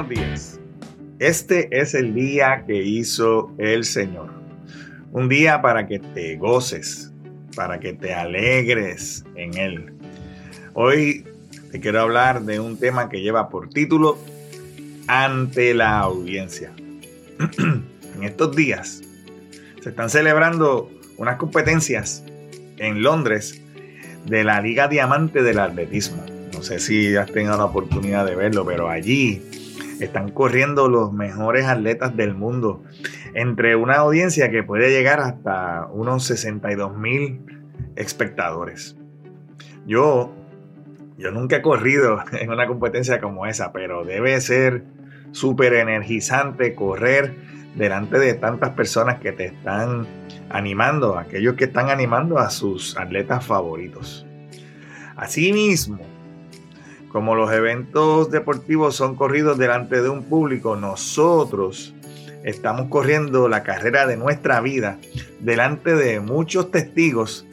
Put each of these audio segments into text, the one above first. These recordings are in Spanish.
buenos días. Este es el día que hizo el Señor. Un día para que te goces, para que te alegres en Él. Hoy te quiero hablar de un tema que lleva por título Ante la audiencia. En estos días se están celebrando unas competencias en Londres de la Liga Diamante del Atletismo. No sé si has tenido la oportunidad de verlo, pero allí están corriendo los mejores atletas del mundo entre una audiencia que puede llegar hasta unos 62,000 espectadores. Yo nunca he corrido en una competencia como esa, pero debe ser súper energizante correr delante de tantas personas que te están animando, aquellos que están animando a sus atletas favoritos. Asimismo, como los eventos deportivos son corridos delante de un público, nosotros estamos corriendo la carrera de nuestra vida delante de muchos testigos.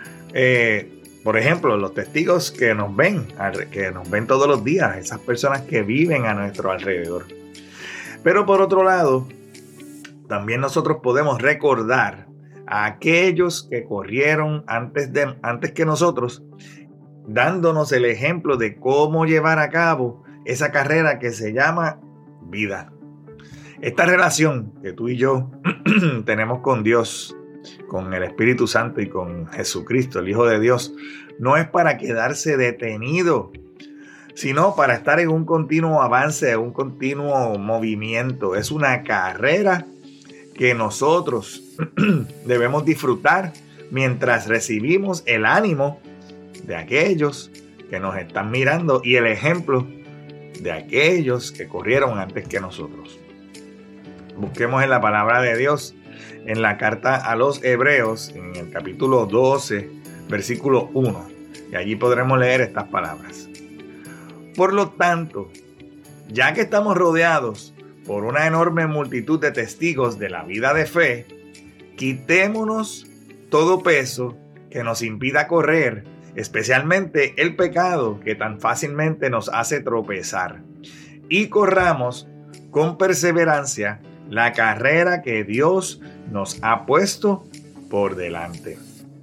Por ejemplo, los testigos que nos ven todos los días, esas personas que viven a nuestro alrededor. Pero por otro lado, también nosotros podemos recordar a aquellos que corrieron antes que nosotros, dándonos el ejemplo de cómo llevar a cabo esa carrera que se llama vida. Esta relación que tú y yo tenemos con Dios, con el Espíritu Santo y con Jesucristo, el Hijo de Dios, no es para quedarse detenido, sino para estar en un continuo avance, un continuo movimiento. Es una carrera que nosotros debemos disfrutar mientras recibimos el ánimo de aquellos que nos están mirando y el ejemplo de aquellos que corrieron antes que nosotros. Busquemos en la palabra de Dios, en la carta a los Hebreos, en el capítulo 12, versículo 1, y allí podremos leer estas palabras. Por lo tanto, ya que estamos rodeados por una enorme multitud de testigos de la vida de fe, quitémonos todo peso que nos impida correr, especialmente el pecado que tan fácilmente nos hace tropezar, y corramos con perseverancia la carrera que Dios nos ha puesto por delante.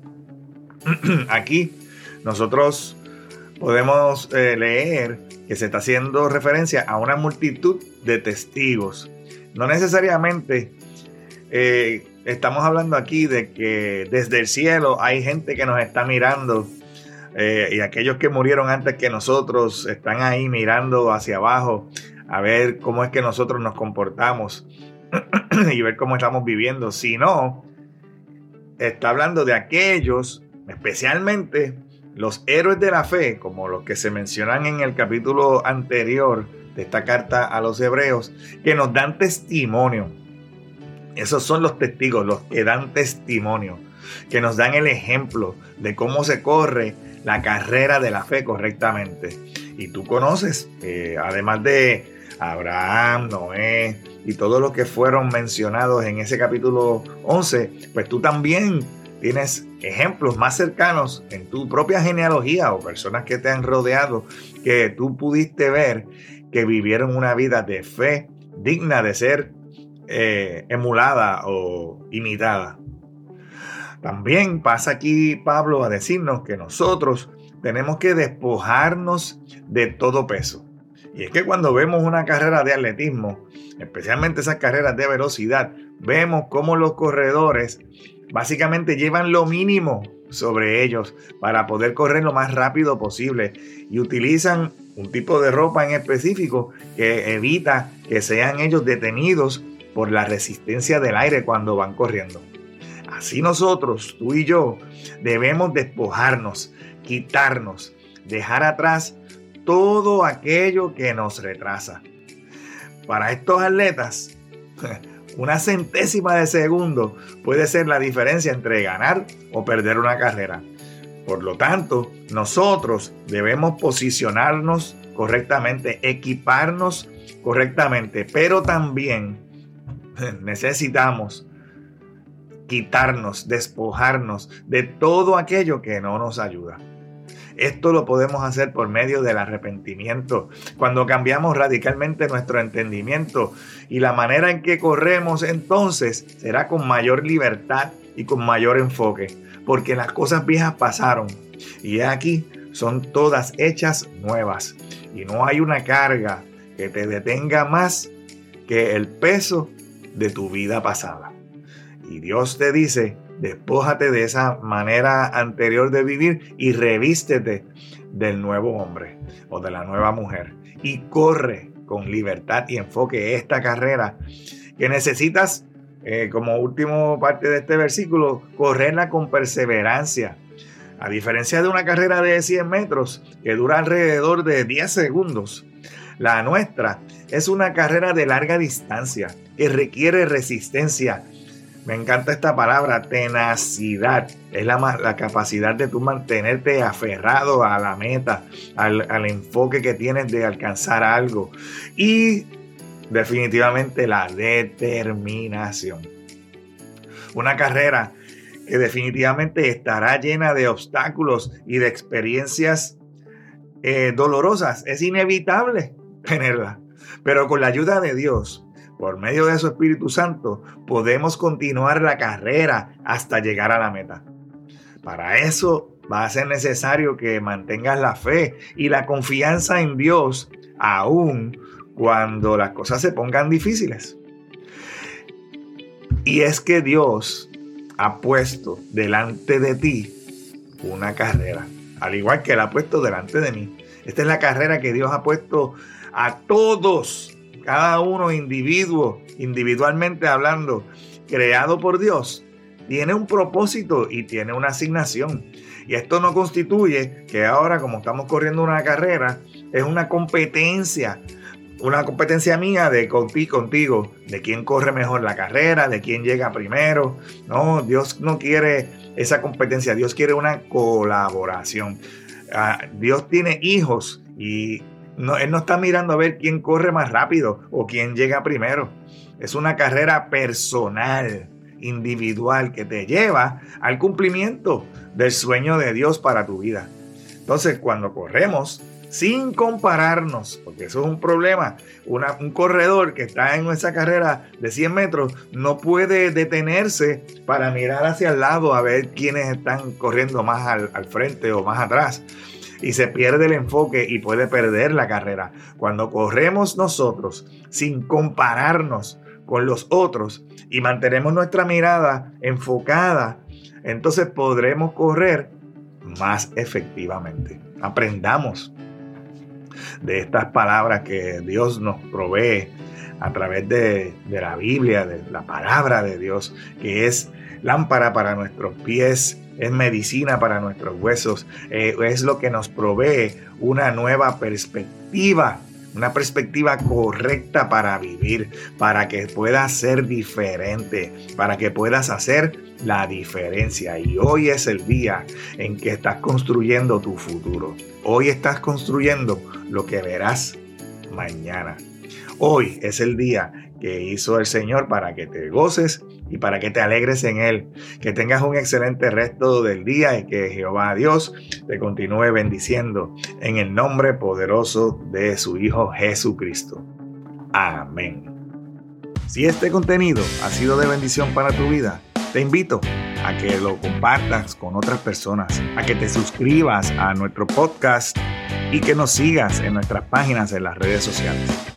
Aquí nosotros podemos leer que se está haciendo referencia a una multitud de testigos. No necesariamente estamos hablando aquí de que desde el cielo hay gente que nos está mirando, y aquellos que murieron antes que nosotros están ahí mirando hacia abajo a ver cómo es que nosotros nos comportamos y ver cómo estamos viviendo, sino está hablando de aquellos, especialmente los héroes de la fe, como los que se mencionan en el capítulo anterior de esta carta a los Hebreos, que nos dan testimonio. Esos son los testigos, los que dan testimonio, que nos dan el ejemplo de cómo se corre la carrera de la fe correctamente. Y tú conoces, además de Abraham, Noé y todos los que fueron mencionados en ese capítulo 11, pues tú también tienes ejemplos más cercanos en tu propia genealogía o personas que te han rodeado que tú pudiste ver que vivieron una vida de fe digna de ser emulada o imitada. También pasa aquí Pablo a decirnos que nosotros tenemos que despojarnos de todo peso. Y es que cuando vemos una carrera de atletismo, especialmente esas carreras de velocidad, vemos cómo los corredores básicamente llevan lo mínimo sobre ellos para poder correr lo más rápido posible y utilizan un tipo de ropa en específico que evita que sean ellos detenidos por la resistencia del aire cuando van corriendo. Así nosotros, tú y yo, debemos despojarnos, quitarnos, dejar atrás todo aquello que nos retrasa. Para estos atletas, una centésima de segundo puede ser la diferencia entre ganar o perder una carrera. Por lo tanto, nosotros debemos posicionarnos correctamente, equiparnos correctamente, pero también necesitamos quitarnos, despojarnos de todo aquello que no nos ayuda. Esto lo podemos hacer por medio del arrepentimiento, cuando cambiamos radicalmente nuestro entendimiento, y la manera en que corremos entonces será con mayor libertad y con mayor enfoque, porque las cosas viejas pasaron y aquí son todas hechas nuevas, y no hay una carga que te detenga más que el peso de tu vida pasada. Y Dios te dice: despójate de esa manera anterior de vivir y revístete del nuevo hombre o de la nueva mujer, y corre con libertad y enfoque esta carrera que necesitas, como última parte de este versículo, correrla con perseverancia. A diferencia de una carrera de 100 metros que dura alrededor de 10 segundos, la nuestra es una carrera de larga distancia que requiere resistencia. Me encanta esta palabra, tenacidad. Es la capacidad de tú mantenerte aferrado a la meta, al enfoque que tienes de alcanzar algo. Y definitivamente la determinación. Una carrera que definitivamente estará llena de obstáculos y de experiencias dolorosas. Es inevitable tenerla, pero con la ayuda de Dios, por medio de su Espíritu Santo, podemos continuar la carrera hasta llegar a la meta. Para eso va a ser necesario que mantengas la fe y la confianza en Dios, aun cuando las cosas se pongan difíciles. Y es que Dios ha puesto delante de ti una carrera, al igual que la ha puesto delante de mí. Esta es la carrera que Dios ha puesto a todos, cada uno individualmente hablando, creado por Dios. Tiene un propósito y tiene una asignación. Y esto no constituye que ahora, como estamos corriendo una carrera, es una competencia mía de contigo, de quién corre mejor la carrera, de quién llega primero. No, Dios no quiere esa competencia, Dios quiere una colaboración. Dios tiene hijos y Él no está mirando a ver quién corre más rápido o quién llega primero. Es una carrera personal, individual, que te lleva al cumplimiento del sueño de Dios para tu vida. Entonces, cuando corremos sin compararnos, porque eso es un problema, un corredor que está en esa carrera de 100 metros no puede detenerse para mirar hacia el lado a ver quiénes están corriendo más al frente o más atrás, y se pierde el enfoque y puede perder la carrera. Cuando corremos nosotros sin compararnos con los otros y mantenemos nuestra mirada enfocada, entonces podremos correr más efectivamente. Aprendamos de estas palabras que Dios nos provee a través de la Biblia, de la palabra de Dios, que es lámpara para nuestros pies, es medicina para nuestros huesos, es lo que nos provee una nueva perspectiva, una perspectiva correcta para vivir, para que puedas ser diferente, para que puedas hacer la diferencia. Y hoy es el día en que estás construyendo tu futuro. Hoy estás construyendo lo que verás mañana. Hoy es el día que hizo el Señor para que te goces y para que te alegres en Él. Que tengas un excelente resto del día y que Jehová Dios te continúe bendiciendo en el nombre poderoso de su Hijo Jesucristo. Amén. Si este contenido ha sido de bendición para tu vida, te invito a que lo compartas con otras personas, a que te suscribas a nuestro podcast y que nos sigas en nuestras páginas en las redes sociales.